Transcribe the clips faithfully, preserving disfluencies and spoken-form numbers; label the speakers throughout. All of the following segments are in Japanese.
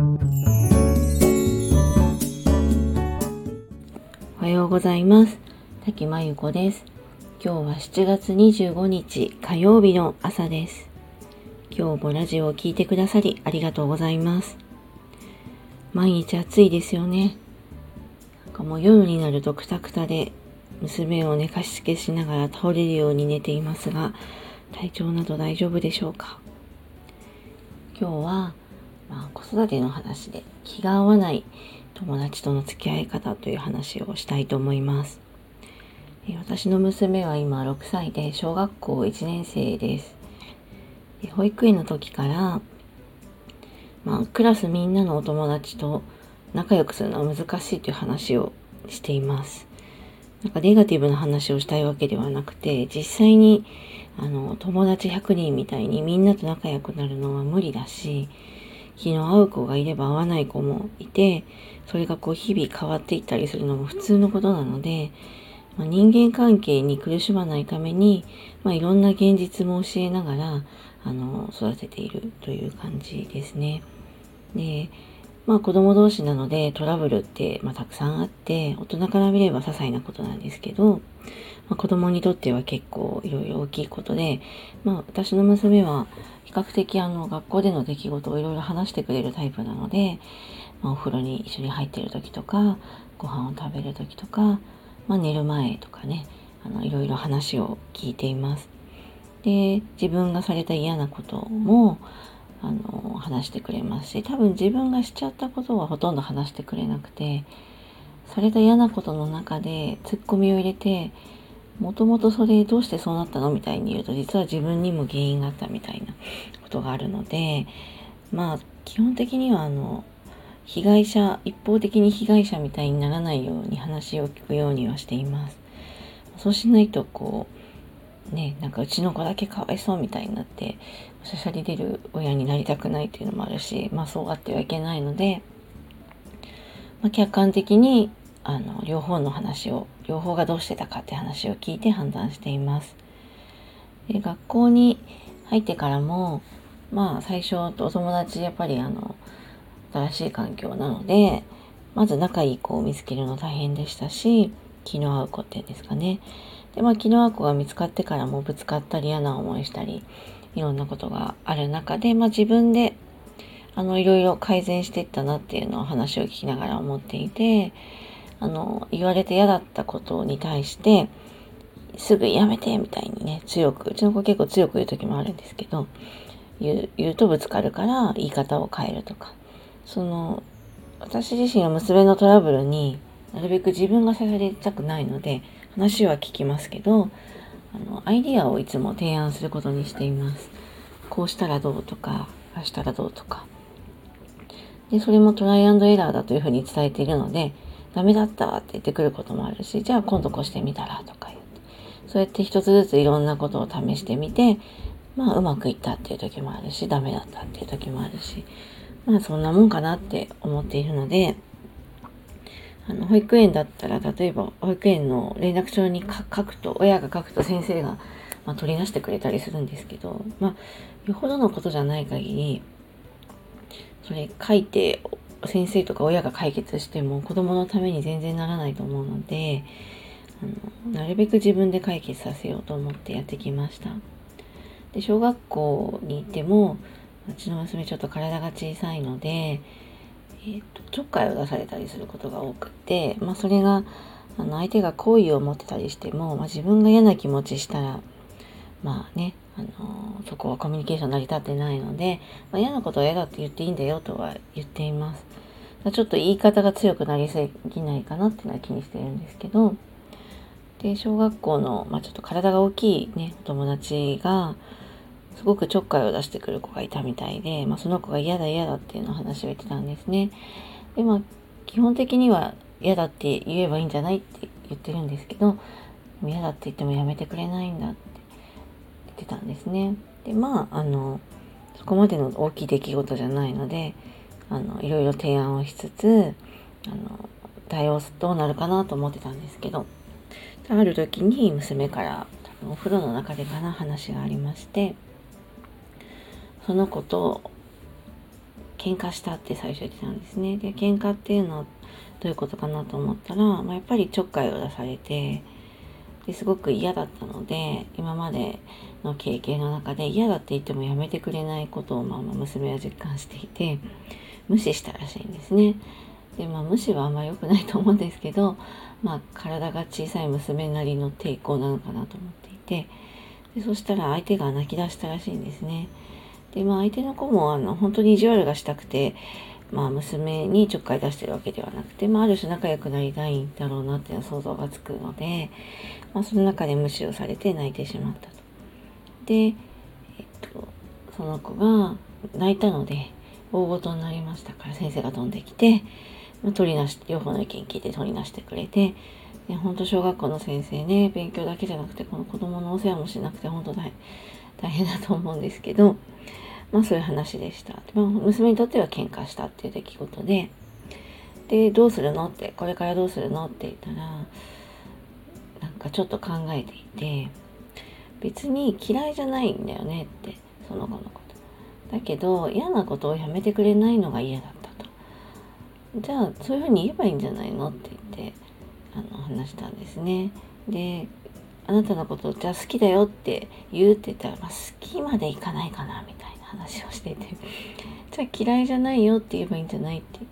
Speaker 1: おはようございます。滝真由子です。今日はしちがつにじゅうごにち火曜日の朝です。今日もラジオを聞いてくださりありがとうございます。毎日暑いですよね。なんかもう夜になるとクタクタで娘を寝かしつけしながら倒れるように寝ていますが、体調など大丈夫でしょうか。今日は、まあ、子育ての話で気が合わない友達との付き合い方という話をしたいと思います。私の娘は今ろくさいで小学校いちねん生です。保育園の時から、まあ、クラスみんなのお友達と仲良くするのは難しいという話をしています。なんかネガティブな話をしたいわけではなくて、実際にあの友達ひゃくにんみたいにみんなと仲良くなるのは無理だし、昨日会う子がいれば会わない子もいて、それがこう日々変わっていったりするのも普通のことなので、まあ、人間関係に苦しまないために、まあ、いろんな現実も教えながらあの育てているという感じですね。で、まあ子供同士なのでトラブルって、まあ、たくさんあって、大人から見れば些細なことなんですけど、まあ、子供にとっては結構いろいろ大きいことで、まあ私の娘は比較的あの学校での出来事をいろいろ話してくれるタイプなので、まあ、お風呂に一緒に入っている時とか、ご飯を食べる時とか、まあ、寝る前とかね、あのいろいろ話を聞いています。で、自分がされた嫌なこともあの話してくれますし、多分自分がしちゃったことはほとんど話してくれなくて、された嫌なことの中でツッコミを入れて、もともとそれどうしてそうなったのみたいに言うと、実は自分にも原因があったみたいなことがあるので、まあ基本的にはあの被害者、一方的に被害者みたいにならないように話を聞くようにはしています。そうしないとこうね、なんかうちの子だけかわいそうみたいになってしゃしゃり出る親になりたくないっていうのもあるし、まあそうあってはいけないので、まあ、客観的にあの両方の話を両方がどうしてたかって話を聞いて判断しています。で、学校に入ってからもまあ最初お友達やっぱりあの新しい環境なので、まず仲いい子を見つけるの大変でしたし、気の合う子っていうんですかね。で、まあ気の合う子が見つかってからもぶつかったり嫌な思いしたり、いろんなことがある中で、まあ自分であのいろいろ改善していったなっていうのを話を聞きながら思っていて、あの言われて嫌だったことに対してすぐやめてみたいにね、強く、うちの子結構強く言う時もあるんですけど、言う、言うとぶつかるから言い方を変えるとか、その私自身は娘のトラブルになるべく自分がされたくないので話は聞きますけど、あのアイディアをいつも提案することにしています。こうしたらどうとか、ああしたらどうとかで、それもトライアンドエラーだというふうに伝えているので、ダメだったって言ってくることもあるし、じゃあ今度こうしてみたらとか言って、そうやって一つずついろんなことを試してみて、まあうまくいったっていう時もあるし、ダメだったっていう時もあるし、まあそんなもんかなって思っているので、あの保育園だったら、例えば保育園の連絡帳に書くと、親が書くと先生が、まあ、取り出してくれたりするんですけど、まあよほどのことじゃない限り、それ書いて先生とか親が解決しても子供のために全然ならないと思うので、あのなるべく自分で解決させようと思ってやってきました。で、小学校に行っても、うちの娘ちょっと体が小さいので、えー、とちょっかいを出されたりすることが多くて、まあそれがあの相手が好意を持ってたりしても、まあ、自分が嫌な気持ちしたらまあね、あのー、そこはコミュニケーション成り立ってないので、まあ、嫌なことは嫌だって言っていいんだよとは言っています。ちょっと言い方が強くなりすぎないかなっていうのは気にしているんですけど、で、小学校の、まあ、ちょっと体が大きいね、お友達が、すごくちょっかいを出してくる子がいたみたいで、まあ、その子が嫌だ嫌だっていうのを話を言ってたんですね。で、まあ、基本的には嫌だって言えばいいんじゃないって言ってるんですけど、嫌だって言ってもやめてくれないんだって言ってたんですね。で、まあ、あの、そこまでの大きい出来事じゃないので、あの、いろいろ提案をしつつ、あの、対応どうなるかなと思ってたんですけど、ある時に娘から多分お風呂の中でかな話がありまして、その子と喧嘩したって最初言ってたんですね。で、喧嘩っていうのはどういうことかなと思ったら、まあ、やっぱりちょっかいを出されて、ですごく嫌だったので、今までの経験の中で嫌だって言ってもやめてくれないことを、まあ、娘は実感していて、無視したらしいんですね。で、まあ、無視はあんま良くないと思うんですけど、まあ、体が小さい娘なりの抵抗なのかなと思っていて、でそしたら相手が泣き出したらしいんですね。で、まあ、相手の子もあの本当に意地悪がしたくて、まあ、娘にちょっかい出してるわけではなくて、まあ、ある種仲良くなりたいんだろうなっていうのは想像がつくので、まあ、その中で無視をされて泣いてしまったと。で、えっと、その子が泣いたので大ごとになりましたから先生が飛んできて、まあ、取りなし両方の意見聞いて取りなしてくれて、で本当小学校の先生ね、勉強だけじゃなくてこの子供のお世話もしなくて本当大大変だと思うんですけど、まあそういう話でした。で、まあ、娘にとっては喧嘩したっていう出来事で、でどうするのってこれからどうするのって言ったら、なんかちょっと考えていて、別に嫌いじゃないんだよねって、その子のこと。だけど嫌なことをやめてくれないのが嫌だったと。じゃあそういうふうに言えばいいんじゃないのって言ってあの話したんですね。で、あなたのことをじゃあ好きだよって言うって言ったら、まあ、好きまでいかないかなみたいな話をしていて、じゃあ嫌いじゃないよって言えばいいんじゃないって言って、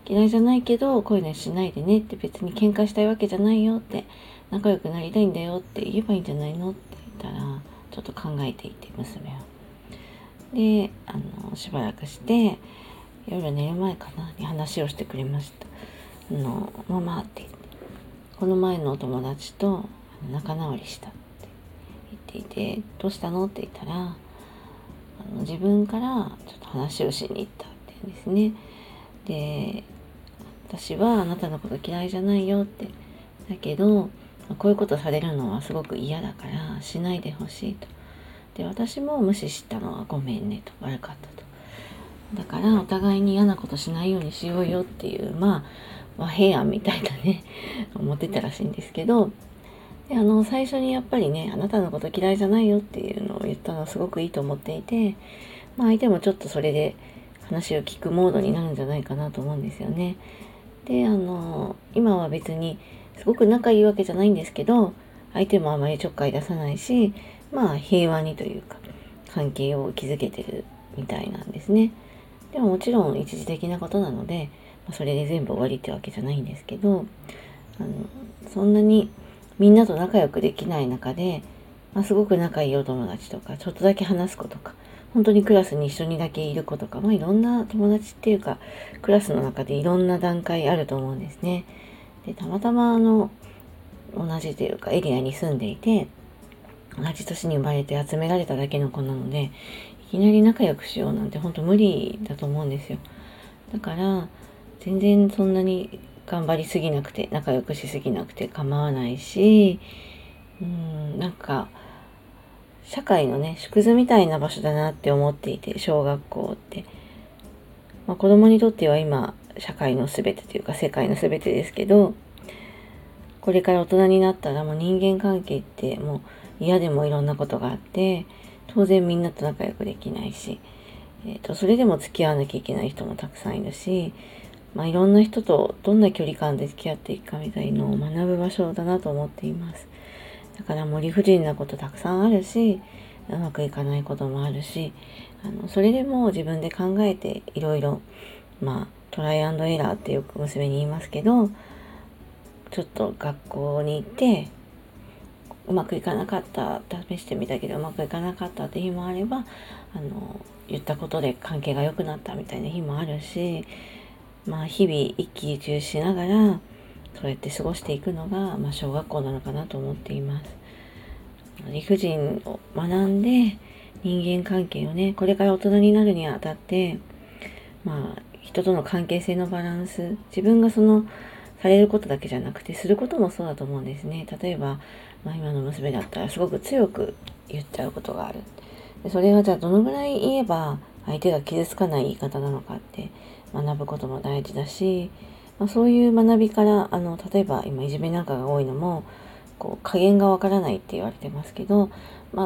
Speaker 1: 嫌いじゃないけどこういうのしないでねって、別に喧嘩したいわけじゃないよって、仲良くなりたいんだよって言えばいいんじゃないのって言ったら、ちょっと考えていて娘は。で、あのしばらくして夜寝る前かなに話をしてくれました。あのママって言って、この前のお友達と仲直りしたって言っていて、どうしたのって言ったら、あの自分からちょっと話をしに行ったって言うんですね。で、私はあなたのこと嫌いじゃないよって、だけどこういうことされるのはすごく嫌だからしないでほしいと。で、私も無視したのはごめんねと、悪かったと。だからお互いに嫌なことしないようにしようよっていう、まあ和平案みたいなね思ってたらしいんですけど、であの最初にやっぱりね、あなたのこと嫌いじゃないよっていうのを言ったのはすごくいいと思っていて、まあ相手もちょっとそれで話を聞くモードになるんじゃないかなと思うんですよね。で、あの今は別にすごく仲いいわけじゃないんですけど、相手もあまりちょっかい出さないし、まあ平和にというか関係を築けてるみたいなんですね。でももちろん一時的なことなので、それで全部終わりってわけじゃないんですけど、あのそんなにみんなと仲良くできない中で、まあ、すごく仲いいお友達とか、ちょっとだけ話す子とか、本当にクラスに一緒にだけいる子とか、まあ、いろんな友達っていうか、クラスの中でいろんな段階あると思うんですね。で、たまたまあの、同じというかエリアに住んでいて、同じ年に生まれて集められただけの子なので、いきなり仲良くしようなんて本当無理だと思うんですよ。だから、全然そんなに頑張りすぎなくて、仲良くしすぎなくて構わないし、うーん、なんか、社会のね、縮図みたいな場所だなって思っていて、小学校って。まあ、子供にとっては今、社会のすべてというか世界のすべてですけど、これから大人になったらもう人間関係ってもう嫌でもいろんなことがあって、当然みんなと仲良くできないし、えーと、それでも付き合わなきゃいけない人もたくさんいるし、まあ、いろんな人とどんな距離感で付き合っていくかみたいのを学ぶ場所だなと思っています。だからもう理不尽なことたくさんあるし、うまくいかないこともあるし、あのそれでも自分で考えていろいろ、まあトライアンドエラーってよく娘に言いますけど、ちょっと学校に行ってうまくいかなかった、試してみたけどうまくいかなかったって日もあれば、あの言ったことで関係が良くなったみたいな日もあるし、まあ日々一喜一憂しながらそうやって過ごしていくのが、まあ、小学校なのかなと思っています。理不尽を学んで人間関係をね、これから大人になるにあたって、まあ人との関係性のバランス、自分がそのされることだけじゃなくてすることもそうだと思うんですね。例えば、まあ、今の娘だったらすごく強く言っちゃうことがある。でそれはじゃあどのぐらい言えば相手が傷つかない言い方なのかって学ぶことも大事だし、まあ、そういう学びからあの例えば今いじめなんかが多いのもこう加減がわからないって言われてますけど、まあ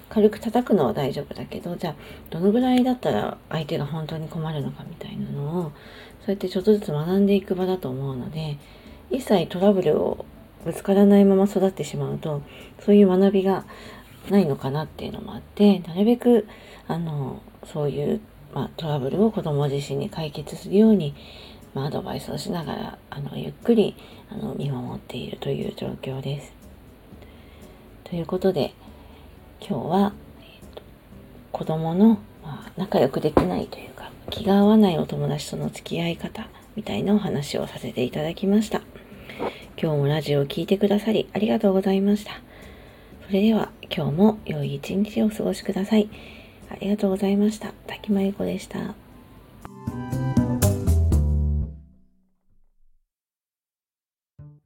Speaker 1: 軽く叩くのは大丈夫だけど、じゃあどのぐらいだったら相手が本当に困るのかみたいなのをそうやってちょっとずつ学んでいく場だと思うので、一切トラブルをぶつからないまま育ってしまうとそういう学びがないのかなっていうのもあって、なるべくあのそういう、まあ、トラブルを子ども自身に解決するように、まあ、アドバイスをしながらあのゆっくりあの見守っているという状況です。ということで今日は、えーと、子どもの、まあ、仲良くできないというか気が合わないお友達との付き合い方みたいなお話をさせていただきました。今日もラジオを聞いてくださりありがとうございました。それでは今日も良い一日をお過ごしください。ありがとうございました。滝真由子でした。